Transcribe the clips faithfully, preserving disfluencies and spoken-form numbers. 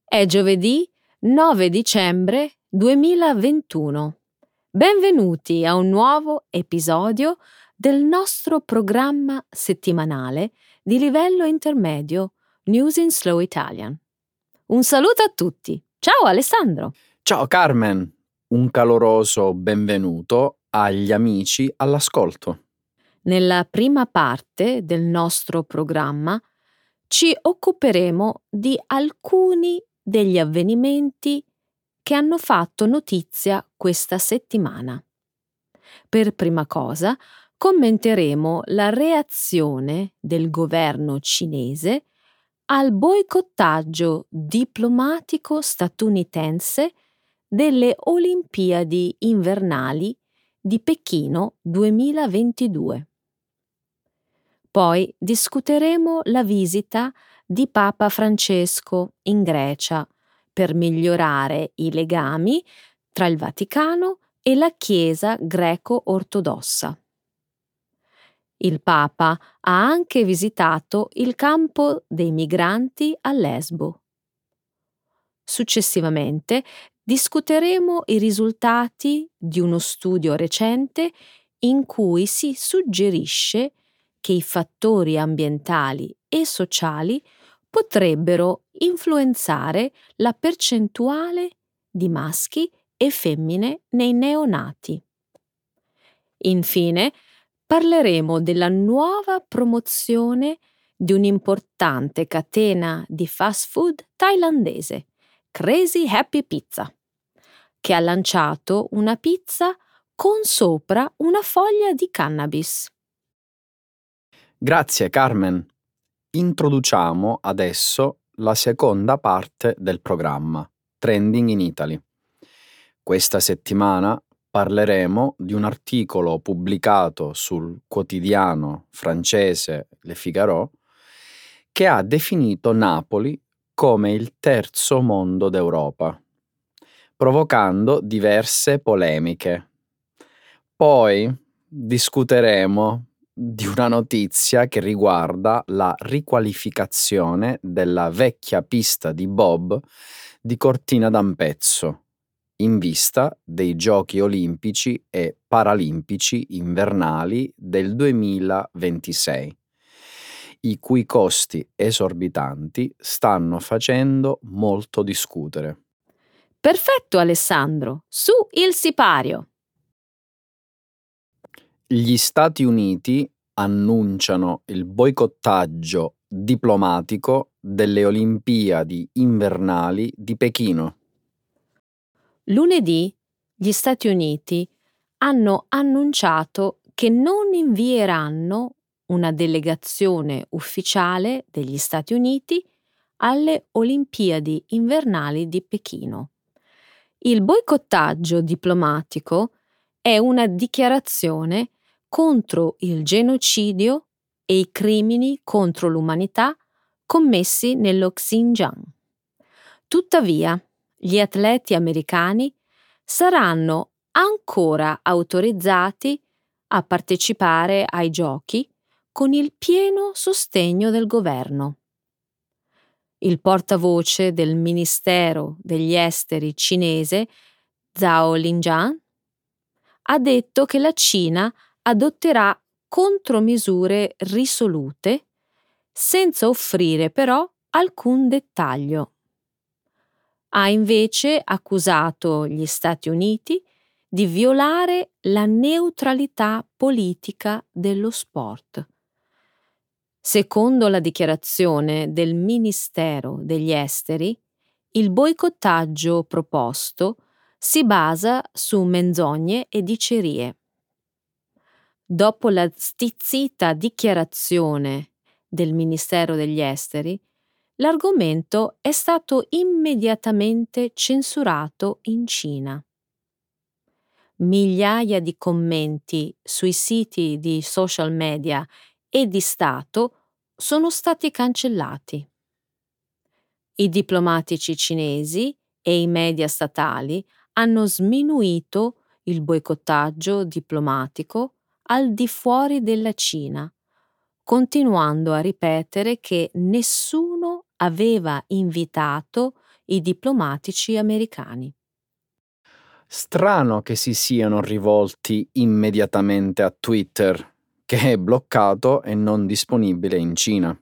È giovedì nove dicembre duemilaventuno. Benvenuti a un nuovo episodio del nostro programma settimanale di livello intermedio News in Slow Italian. Un saluto a tutti. Ciao Alessandro. Ciao Carmen, un caloroso benvenuto agli amici all'ascolto. Nella prima parte del nostro programma ci occuperemo di alcuni degli avvenimenti che hanno fatto notizia questa settimana. Per prima cosa commenteremo la reazione del governo cinese al boicottaggio diplomatico statunitense delle Olimpiadi invernali di Pechino duemilaventidue. Poi discuteremo la visita di Papa Francesco in Grecia per migliorare i legami tra il Vaticano e la Chiesa greco-ortodossa. Il Papa ha anche visitato il campo dei migranti a Lesbo. Successivamente discuteremo i risultati di uno studio recente in cui si suggerisce che i fattori ambientali e sociali potrebbero influenzare la percentuale di maschi e femmine nei neonati. Infine, parleremo della nuova promozione di un'importante catena di fast food thailandese, Crazy Happy Pizza, che ha lanciato una pizza con sopra una foglia di cannabis. Grazie Carmen. Introduciamo adesso la seconda parte del programma, Trending in Italy. Questa settimana parleremo di un articolo pubblicato sul quotidiano francese Le Figaro che ha definito Napoli come il terzo mondo d'Europa, provocando diverse polemiche. Poi discuteremo di una notizia che riguarda la riqualificazione della vecchia pista di bob di Cortina d'Ampezzo, in vista dei Giochi Olimpici e Paralimpici invernali del duemilaventisei, i cui costi esorbitanti stanno facendo molto discutere. Perfetto Alessandro, su il sipario! Gli Stati Uniti annunciano il boicottaggio diplomatico delle Olimpiadi invernali di Pechino. Lunedì gli Stati Uniti hanno annunciato che non invieranno una delegazione ufficiale degli Stati Uniti alle Olimpiadi invernali di Pechino. Il boicottaggio diplomatico è una dichiarazione contro il genocidio e i crimini contro l'umanità commessi nello Xinjiang. Tuttavia, gli atleti americani saranno ancora autorizzati a partecipare ai giochi con il pieno sostegno del governo. Il portavoce del Ministero degli Esteri cinese, Zhao Lijian, ha detto che la Cina adotterà contromisure risolute senza offrire però alcun dettaglio. Ha invece accusato gli Stati Uniti di violare la neutralità politica dello sport. Secondo la dichiarazione del Ministero degli Esteri, il boicottaggio proposto si basa su menzogne e dicerie. Dopo la stizzita dichiarazione del Ministero degli Esteri, l'argomento è stato immediatamente censurato in Cina. Migliaia di commenti sui siti di social media e di Stato sono stati cancellati. I diplomatici cinesi e i media statali hanno sminuito il boicottaggio diplomatico al di fuori della Cina, continuando a ripetere che nessuno aveva invitato i diplomatici americani. Strano che si siano rivolti immediatamente a Twitter, che è bloccato e non disponibile in Cina.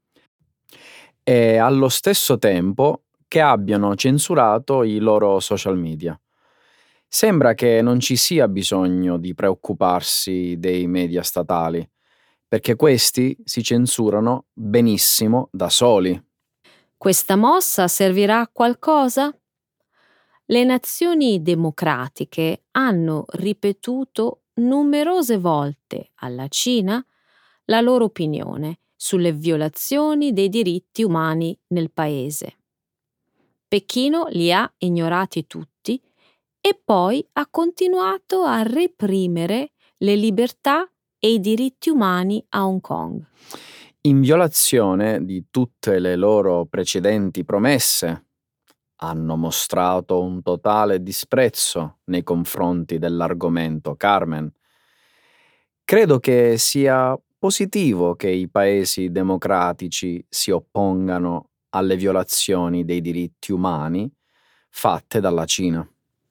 E allo stesso tempo che abbiano censurato i loro social media. Sembra che non ci sia bisogno di preoccuparsi dei media statali, perché questi si censurano benissimo da soli. Questa mossa servirà a qualcosa? Le nazioni democratiche hanno ripetuto numerose volte alla Cina la loro opinione sulle violazioni dei diritti umani nel paese. Pechino li ha ignorati tutti e poi ha continuato a reprimere le libertà e i diritti umani a Hong Kong. In violazione di tutte le loro precedenti promesse, hanno mostrato un totale disprezzo nei confronti dell'argomento, Carmen. Credo che sia positivo che i paesi democratici si oppongano alle violazioni dei diritti umani fatte dalla Cina.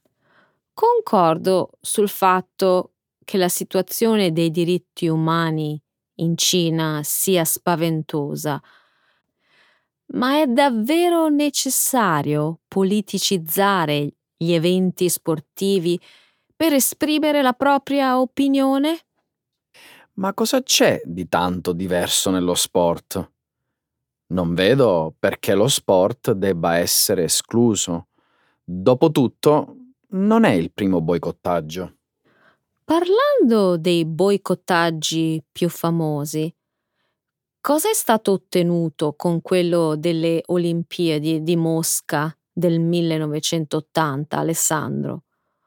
Concordo sul fatto che la situazione dei diritti umani in Cina sia spaventosa, ma è davvero necessario politicizzare gli eventi sportivi per esprimere la propria opinione? Ma cosa c'è di tanto diverso nello sport? Non vedo perché lo sport debba essere escluso. Dopotutto, non è il primo boicottaggio. Parlando dei boicottaggi più famosi, cosa è stato ottenuto con quello delle Olimpiadi di Mosca del millenovecentottanta, Alessandro?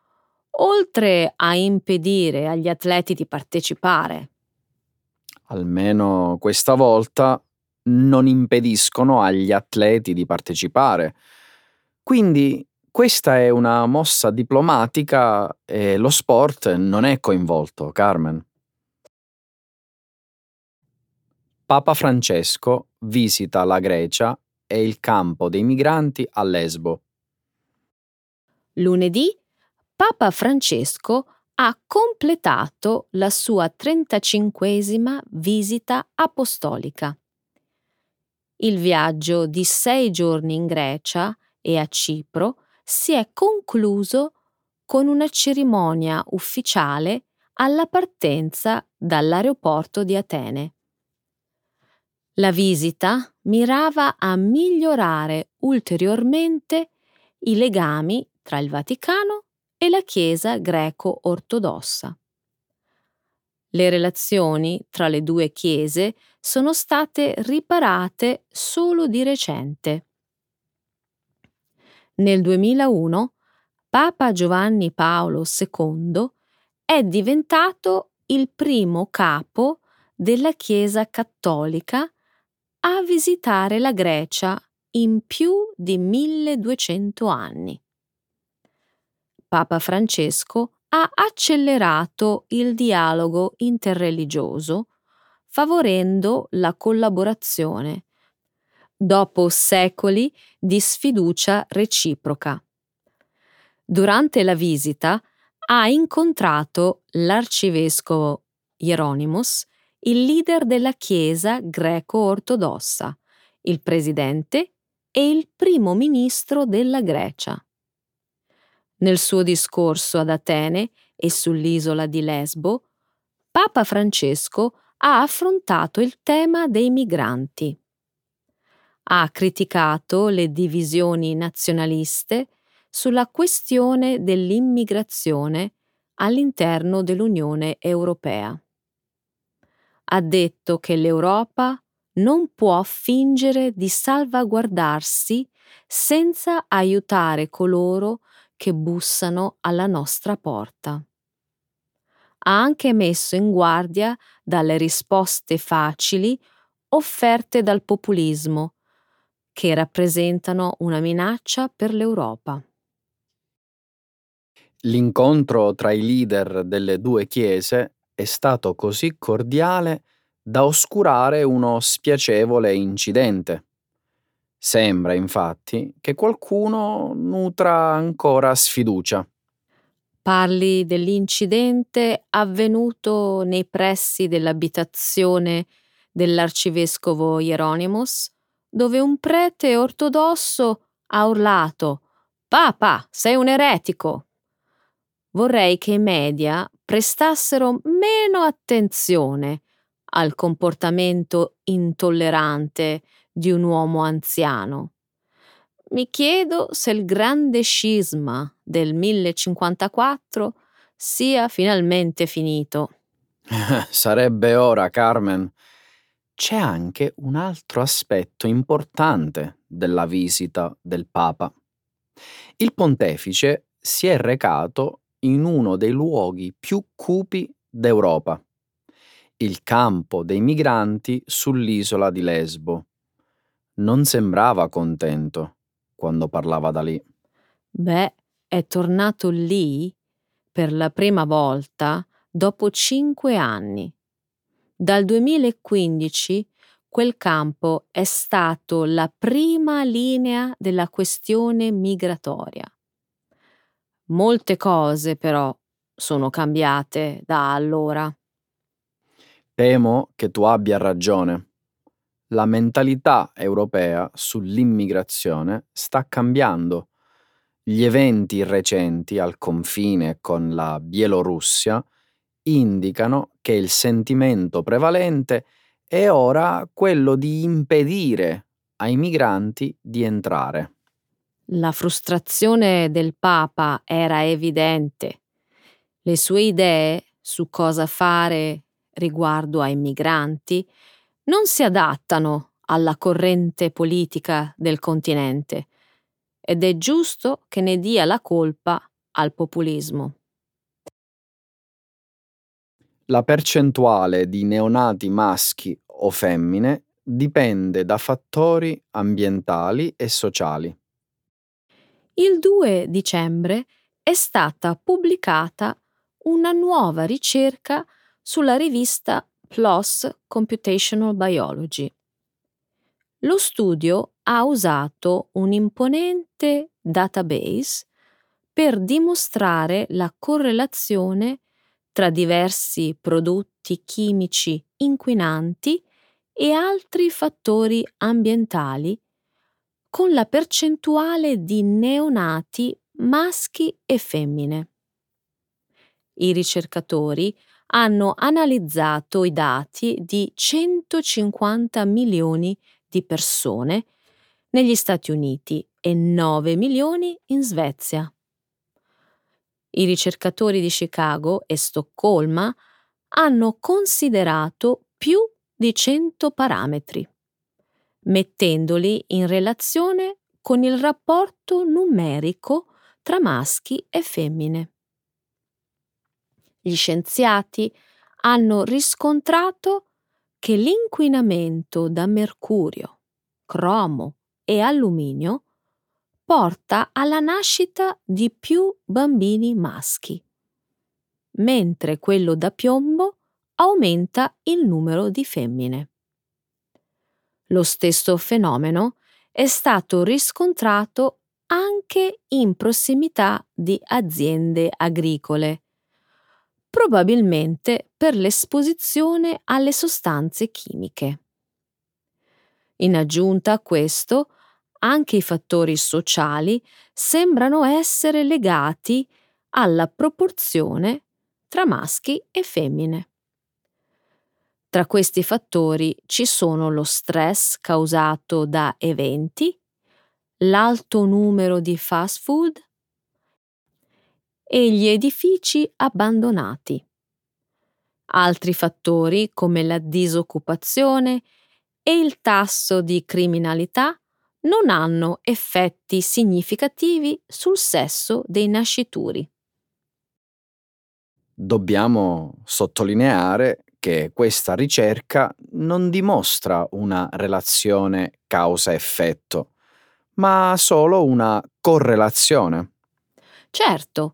Oltre a impedire agli atleti di partecipare. Almeno questa volta non impediscono agli atleti di partecipare. Quindi questa è una mossa diplomatica e lo sport non è coinvolto, Carmen. Papa Francesco visita la Grecia e il campo dei migranti a Lesbo. Lunedì, Papa Francesco ha completato la sua trentacinquesima visita apostolica. Il viaggio di sei giorni in Grecia e a Cipro si è concluso con una cerimonia ufficiale alla partenza dall'aeroporto di Atene. La visita mirava a migliorare ulteriormente i legami tra il Vaticano e la Chiesa greco-ortodossa. Le relazioni tra le due chiese sono state riparate solo di recente. Nel duemilauno Papa Giovanni Paolo secondo è diventato il primo capo della Chiesa cattolica a visitare la Grecia in più di milleduecento anni. Papa Francesco ha accelerato il dialogo interreligioso, favorendo la collaborazione, dopo secoli di sfiducia reciproca. Durante la visita ha incontrato l'arcivescovo Hieronymus, il leader della Chiesa greco-ortodossa, il presidente e il primo ministro della Grecia. Nel suo discorso ad Atene e sull'isola di Lesbo, Papa Francesco ha affrontato il tema dei migranti. Ha criticato le divisioni nazionaliste sulla questione dell'immigrazione all'interno dell'Unione Europea. Ha detto che l'Europa non può fingere di salvaguardarsi senza aiutare coloro che bussano alla nostra porta. Ha anche messo in guardia dalle risposte facili offerte dal populismo, che rappresentano una minaccia per l'Europa. L'incontro tra i leader delle due chiese è stato così cordiale da oscurare uno spiacevole incidente. Sembra infatti che qualcuno nutra ancora sfiducia. Parli dell'incidente avvenuto nei pressi dell'abitazione dell'arcivescovo Hieronymus, dove un prete ortodosso ha urlato: "Papa, sei un eretico!" Vorrei che i media prestassero meno attenzione al comportamento intollerante di un uomo anziano. Mi chiedo se il grande scisma del millecinquantaquattro sia finalmente finito. Sarebbe ora, Carmen. C'è anche un altro aspetto importante della visita del Papa. Il pontefice si è recato in uno dei luoghi più cupi d'Europa, il campo dei migranti sull'isola di Lesbo. Non sembrava contento quando parlava da lì. Beh, è tornato lì per la prima volta dopo cinque anni. Dal duemilaquindici quel campo è stato la prima linea della questione migratoria. Molte cose però sono cambiate da allora. Temo che tu abbia ragione. La mentalità europea sull'immigrazione sta cambiando. Gli eventi recenti al confine con la Bielorussia indicano che il sentimento prevalente è ora quello di impedire ai migranti di entrare. La frustrazione del Papa era evidente. Le sue idee su cosa fare riguardo ai migranti non si adattano alla corrente politica del continente ed è giusto che ne dia la colpa al populismo. La percentuale di neonati maschi o femmine dipende da fattori ambientali e sociali. Il due dicembre è stata pubblicata una nuova ricerca sulla rivista PLOS Computational Biology. Lo studio ha usato un imponente database per dimostrare la correlazione tra diversi prodotti chimici inquinanti e altri fattori ambientali con la percentuale di neonati maschi e femmine. I ricercatori hanno analizzato i dati di centocinquanta milioni di persone negli Stati Uniti e nove milioni in Svezia. I ricercatori di Chicago e Stoccolma hanno considerato più di cento parametri, mettendoli in relazione con il rapporto numerico tra maschi e femmine. Gli scienziati hanno riscontrato che l'inquinamento da mercurio, cromo e alluminio porta alla nascita di più bambini maschi, mentre quello da piombo aumenta il numero di femmine. Lo stesso fenomeno è stato riscontrato anche in prossimità di aziende agricole, probabilmente per l'esposizione alle sostanze chimiche. In aggiunta a questo, anche i fattori sociali sembrano essere legati alla proporzione tra maschi e femmine. Tra questi fattori ci sono lo stress causato da eventi, l'alto numero di fast food e gli edifici abbandonati. Altri fattori come la disoccupazione e il tasso di criminalità non hanno effetti significativi sul sesso dei nascituri. Dobbiamo sottolineare che questa ricerca non dimostra una relazione causa-effetto, ma solo una correlazione. Certo,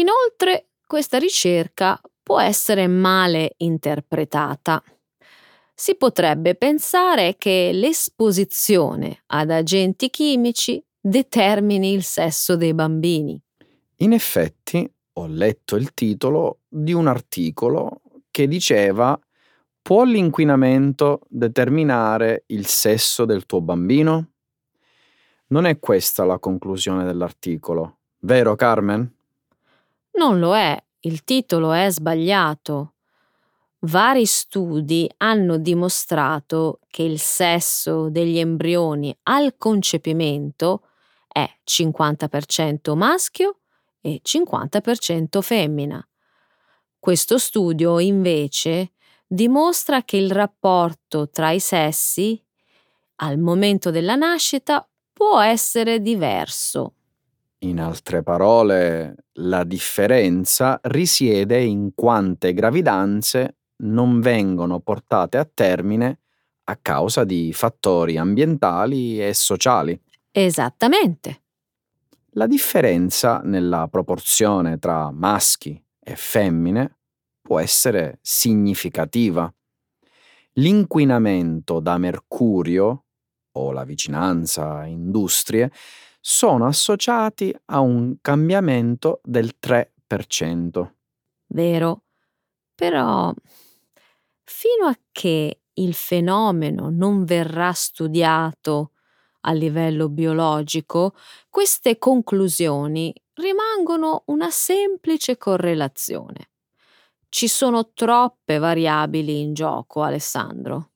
inoltre questa ricerca può essere male interpretata. Si potrebbe pensare che l'esposizione ad agenti chimici determini il sesso dei bambini. In effetti, ho letto il titolo di un articolo che diceva: può l'inquinamento determinare il sesso del tuo bambino? Non è questa la conclusione dell'articolo, vero Carmen? Non lo è, il titolo è sbagliato. Vari studi hanno dimostrato che il sesso degli embrioni al concepimento è cinquanta per cento maschio e cinquanta per cento femmina. Questo studio, invece, dimostra che il rapporto tra i sessi al momento della nascita può essere diverso. In altre parole, la differenza risiede in quante gravidanze non vengono portate a termine a causa di fattori ambientali e sociali. Esattamente. La differenza nella proporzione tra maschi e femmine può essere significativa. L'inquinamento da mercurio o la vicinanza a industrie sono associati a un cambiamento del tre per cento. Vero. Però, fino a che il fenomeno non verrà studiato a livello biologico, queste conclusioni rimangono una semplice correlazione. Ci sono troppe variabili in gioco, Alessandro.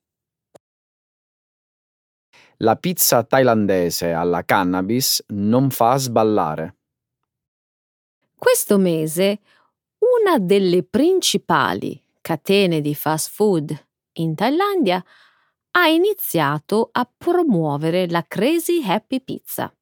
La pizza thailandese alla cannabis non fa sballare. Questo mese una delle principali catene di fast food in Thailandia ha iniziato a promuovere la Crazy Happy Pizza.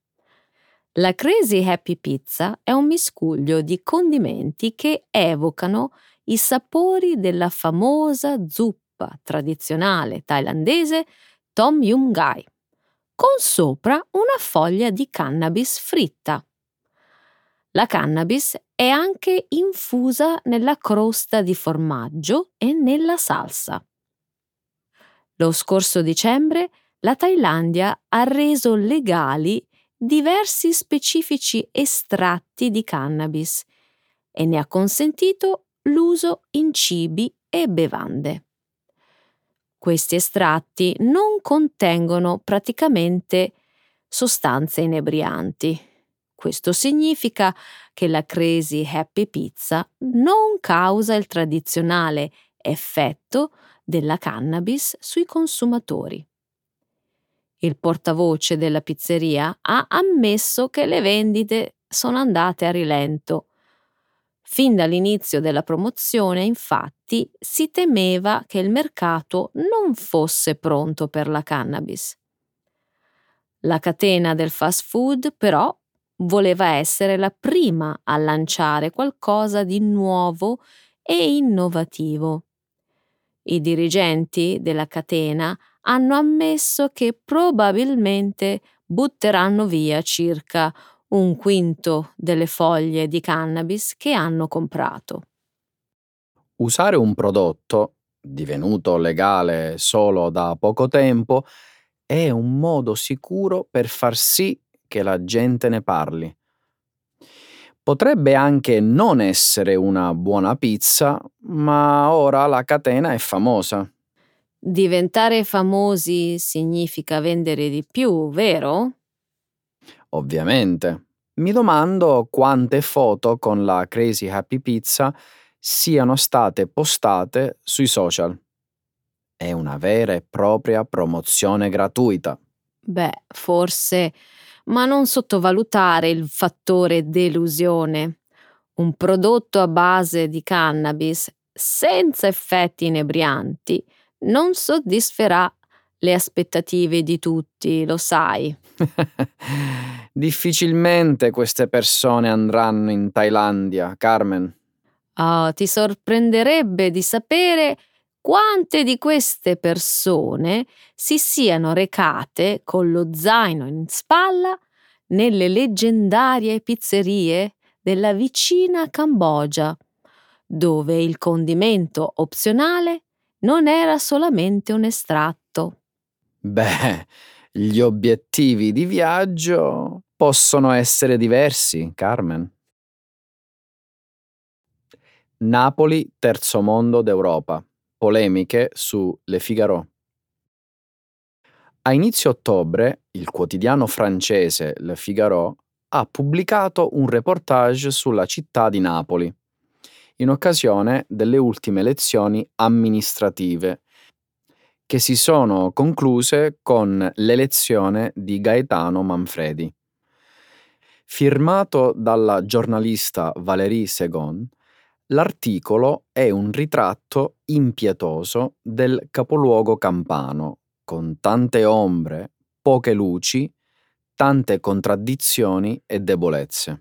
La Crazy Happy Pizza è un miscuglio di condimenti che evocano i sapori della famosa zuppa tradizionale thailandese Tom Yum Gai, con sopra una foglia di cannabis fritta. La cannabis è anche infusa nella crosta di formaggio e nella salsa. Lo scorso dicembre la Thailandia ha reso legali diversi specifici estratti di cannabis e ne ha consentito l'uso in cibi e bevande. Questi estratti non contengono praticamente sostanze inebrianti. Questo significa che la Crazy Happy Pizza non causa il tradizionale effetto della cannabis sui consumatori. Il portavoce della pizzeria ha ammesso che le vendite sono andate a rilento. Fin dall'inizio della promozione, infatti, si temeva che il mercato non fosse pronto per la cannabis. La catena del fast food, però, voleva essere la prima a lanciare qualcosa di nuovo e innovativo. I dirigenti della catena hanno ammesso che probabilmente butteranno via circa un quinto delle foglie di cannabis che hanno comprato. Usare un prodotto, divenuto legale solo da poco tempo, è un modo sicuro per far sì che la gente ne parli. Potrebbe anche non essere una buona pizza, ma ora la catena è famosa. Diventare famosi significa vendere di più, vero? Ovviamente. Mi domando quante foto con la Crazy Happy Pizza siano state postate sui social. È una vera e propria promozione gratuita. Beh, forse, ma non sottovalutare il fattore delusione. Un prodotto a base di cannabis senza effetti inebrianti non soddisferà le aspettative di tutti, lo sai. Difficilmente queste persone andranno in Thailandia, Carmen. Ah, ti sorprenderebbe di sapere quante di queste persone si siano recate con lo zaino in spalla nelle leggendarie pizzerie della vicina Cambogia, dove il condimento opzionale non era solamente un estratto. Beh, gli obiettivi di viaggio possono essere diversi, Carmen. Napoli, terzo mondo d'Europa. Polemiche su Le Figaro. A inizio ottobre, il quotidiano francese Le Figaro ha pubblicato un reportage sulla città di Napoli, in occasione delle ultime elezioni amministrative, che si sono concluse con l'elezione di Gaetano Manfredi. Firmato dalla giornalista Valérie Segon, l'articolo è un ritratto impietoso del capoluogo campano, con tante ombre, poche luci, tante contraddizioni e debolezze.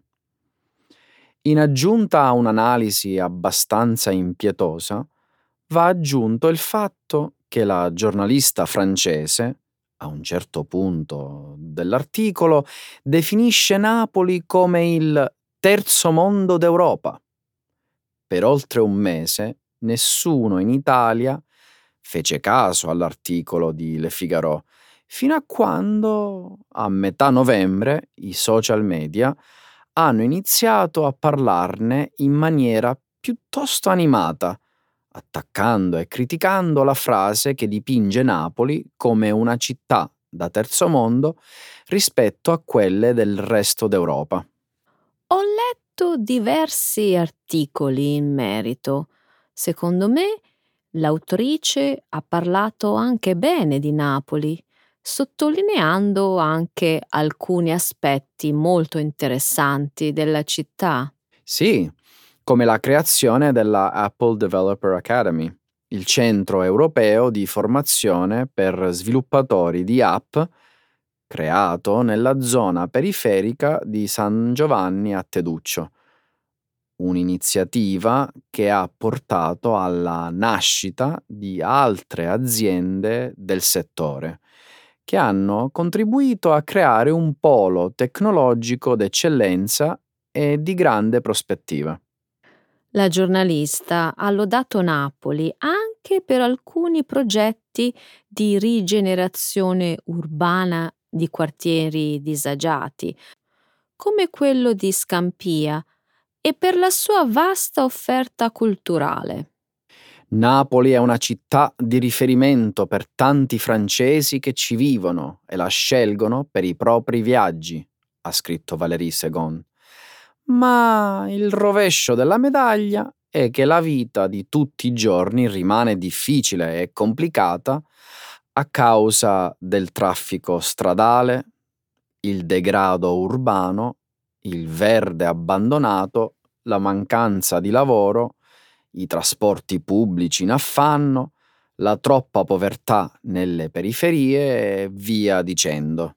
In aggiunta a un'analisi abbastanza impietosa, va aggiunto il fatto che la giornalista francese, a un certo punto dell'articolo, definisce Napoli come il terzo mondo d'Europa. Per oltre un mese nessuno in Italia fece caso all'articolo di Le Figaro, fino a quando, a metà novembre, i social media hanno iniziato a parlarne in maniera piuttosto animata, attaccando e criticando la frase che dipinge Napoli come una città da terzo mondo rispetto a quelle del resto d'Europa. Ho letto diversi articoli in merito. Secondo me, l'autrice ha parlato anche bene di Napoli, sottolineando anche alcuni aspetti molto interessanti della città. Sì, come la creazione della Apple Developer Academy, il centro europeo di formazione per sviluppatori di app creato nella zona periferica di San Giovanni a Teduccio, un'iniziativa che ha portato alla nascita di altre aziende del settore, che hanno contribuito a creare un polo tecnologico d'eccellenza e di grande prospettiva. La giornalista ha lodato Napoli anche per alcuni progetti di rigenerazione urbana di quartieri disagiati, come quello di Scampia, e per la sua vasta offerta culturale. Napoli è una città di riferimento per tanti francesi che ci vivono e la scelgono per i propri viaggi, ha scritto Valérie Segon. Ma il rovescio della medaglia è che la vita di tutti i giorni rimane difficile e complicata a causa del traffico stradale, il degrado urbano, il verde abbandonato, la mancanza di lavoro, i trasporti pubblici in affanno, la troppa povertà nelle periferie e via dicendo.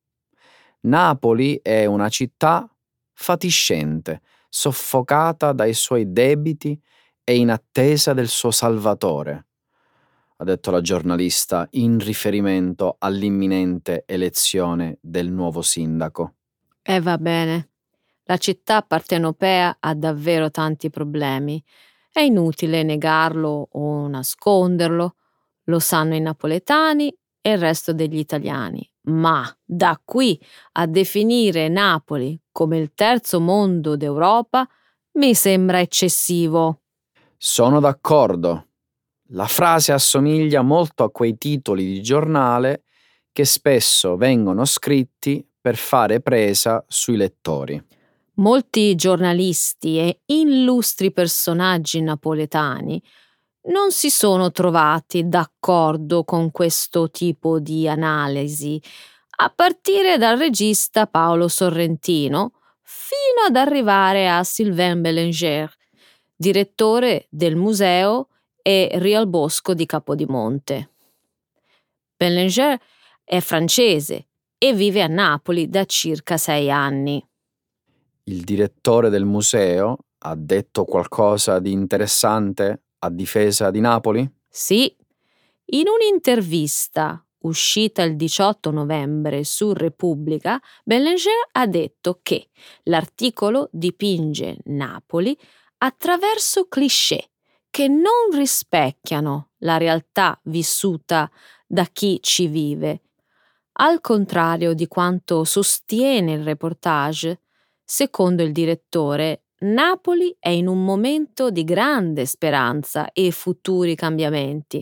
Napoli è una città fatiscente, soffocata dai suoi debiti e in attesa del suo salvatore, ha detto la giornalista in riferimento all'imminente elezione del nuovo sindaco. E va bene. La città partenopea ha davvero tanti problemi. È inutile negarlo o nasconderlo. Lo sanno i napoletani e il resto degli italiani. Ma da qui a definire Napoli come il terzo mondo d'Europa mi sembra eccessivo. Sono d'accordo. La frase assomiglia molto a quei titoli di giornale che spesso vengono scritti per fare presa sui lettori. Molti giornalisti e illustri personaggi napoletani non si sono trovati d'accordo con questo tipo di analisi, a partire dal regista Paolo Sorrentino fino ad arrivare a Sylvain Bélanger, direttore del museo e Real Bosco di Capodimonte. Bélanger è francese e vive a Napoli da circa sei anni. Il direttore del museo ha detto qualcosa di interessante a difesa di Napoli? Sì, in un'intervista uscita il diciotto novembre su Repubblica, Bélanger ha detto che l'articolo dipinge Napoli attraverso cliché che non rispecchiano la realtà vissuta da chi ci vive. Al contrario di quanto sostiene il reportage, secondo il direttore, Napoli è in un momento di grande speranza e futuri cambiamenti.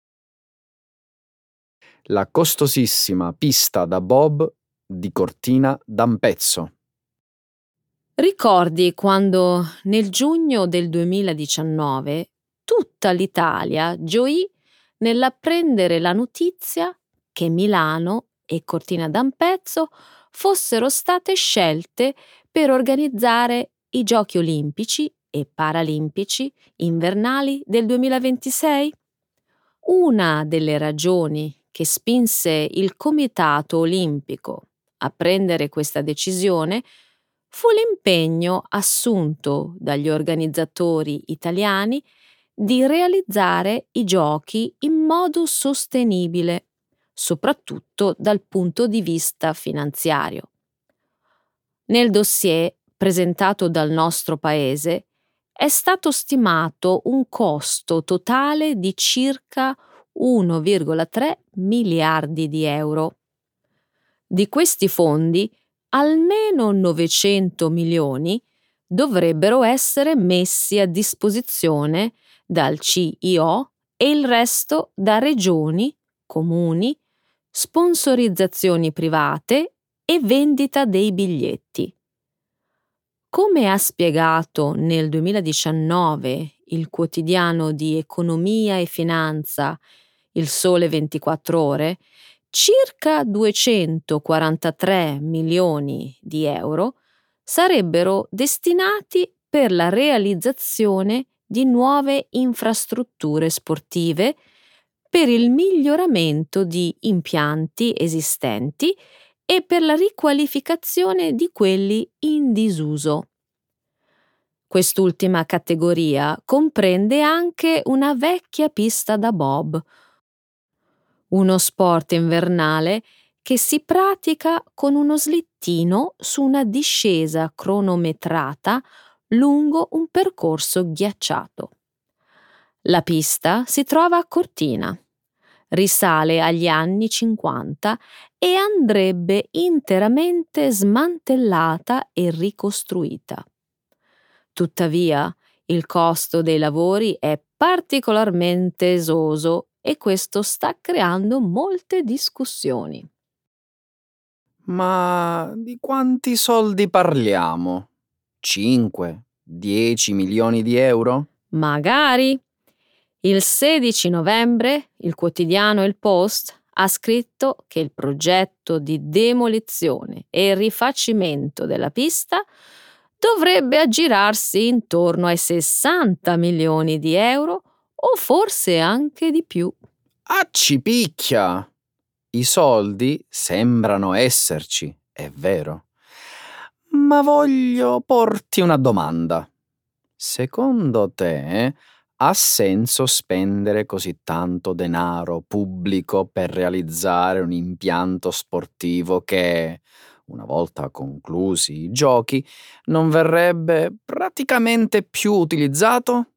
La costosissima pista da bob di Cortina d'Ampezzo. Ricordi quando nel giugno del duemiladiciannove tutta l'Italia gioì nell'apprendere la notizia che Milano e Cortina d'Ampezzo fossero state scelte per organizzare i Giochi olimpici e paralimpici invernali del duemilaventisei? Una delle ragioni che spinse il Comitato Olimpico a prendere questa decisione fu l'impegno assunto dagli organizzatori italiani di realizzare i giochi in modo sostenibile, soprattutto dal punto di vista finanziario. Nel dossier presentato dal nostro paese è stato stimato un costo totale di circa uno virgola tre miliardi di euro. Di questi fondi, almeno novecento milioni dovrebbero essere messi a disposizione dal C I O e il resto da regioni, comuni, sponsorizzazioni private e vendita dei biglietti. Come ha spiegato nel duemiladiciannove il quotidiano di economia e finanza Il Sole ventiquattro Ore, circa duecentoquarantatré milioni di euro sarebbero destinati per la realizzazione di nuove infrastrutture sportive, per il miglioramento di impianti esistenti e per la riqualificazione di quelli in disuso. Quest'ultima categoria comprende anche una vecchia pista da bob, uno sport invernale che si pratica con uno slittino su una discesa cronometrata lungo un percorso ghiacciato. La pista si trova a Cortina, risale agli anni cinquanta e andrebbe interamente smantellata e ricostruita. Tuttavia, il costo dei lavori è particolarmente esoso e questo sta creando molte discussioni. Ma di quanti soldi parliamo? cinque, dieci milioni di euro? Magari. Il sedici novembre il quotidiano Il Post ha scritto che il progetto di demolizione e rifacimento della pista dovrebbe aggirarsi intorno ai sessanta milioni di euro o forse anche di più. Acci picchia! I soldi sembrano esserci, è vero. Ma voglio porti una domanda. Secondo te ha senso spendere così tanto denaro pubblico per realizzare un impianto sportivo che, una volta conclusi i giochi, non verrebbe praticamente più utilizzato?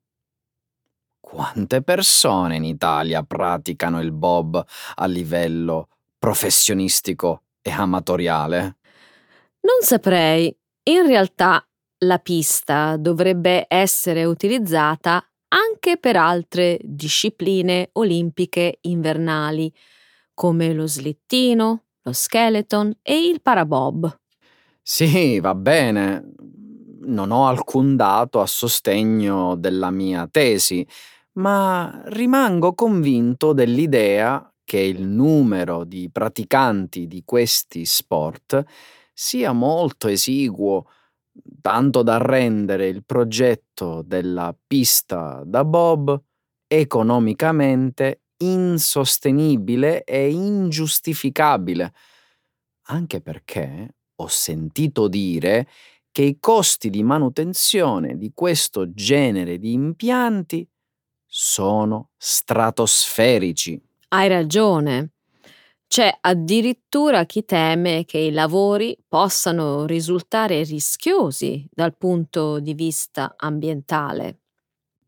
Quante persone in Italia praticano il bob a livello professionistico e amatoriale? Non saprei. In realtà la pista dovrebbe essere utilizzata anche per altre discipline olimpiche invernali, come lo slittino, lo skeleton e il parabob. Sì, va bene. Non ho alcun dato a sostegno della mia tesi, ma rimango convinto dell'idea che il numero di praticanti di questi sport sia molto esiguo, tanto da rendere il progetto della pista da bob economicamente insostenibile e ingiustificabile, anche perché ho sentito dire che i costi di manutenzione di questo genere di impianti sono stratosferici. Hai ragione. C'è addirittura chi teme che i lavori possano risultare rischiosi dal punto di vista ambientale.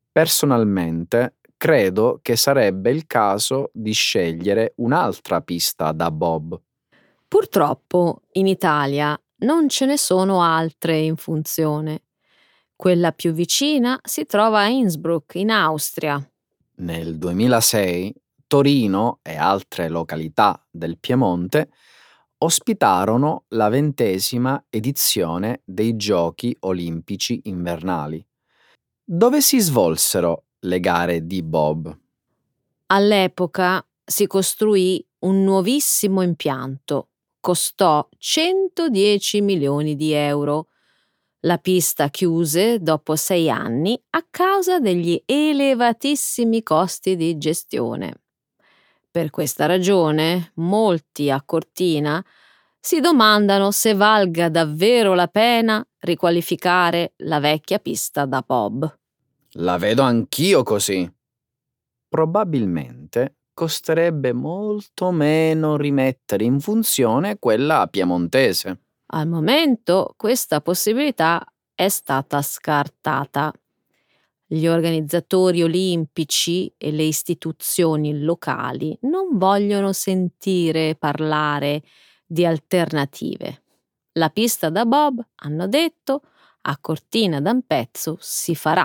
Personalmente, credo che sarebbe il caso di scegliere un'altra pista da bob. Purtroppo in Italia non ce ne sono altre in funzione. Quella più vicina si trova a Innsbruck, in Austria. Nel duemilasei, Torino e altre località del Piemonte ospitarono la ventesima edizione dei Giochi Olimpici Invernali, dove si svolsero le gare di bob. All'epoca si costruì un nuovissimo impianto. Costò centodieci milioni di euro. La pista chiuse dopo sei anni a causa degli elevatissimi costi di gestione. Per questa ragione, molti a Cortina si domandano se valga davvero la pena riqualificare la vecchia pista da bob. La vedo anch'io così. Probabilmente costerebbe molto meno rimettere in funzione quella piemontese. Al momento questa possibilità è stata scartata. Gli organizzatori olimpici e le istituzioni locali non vogliono sentire parlare di alternative. La pista da bob, hanno detto, a Cortina d'Ampezzo si farà.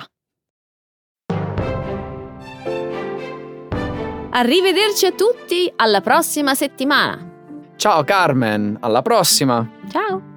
Arrivederci a tutti, alla prossima settimana. Ciao Carmen, alla prossima! Ciao!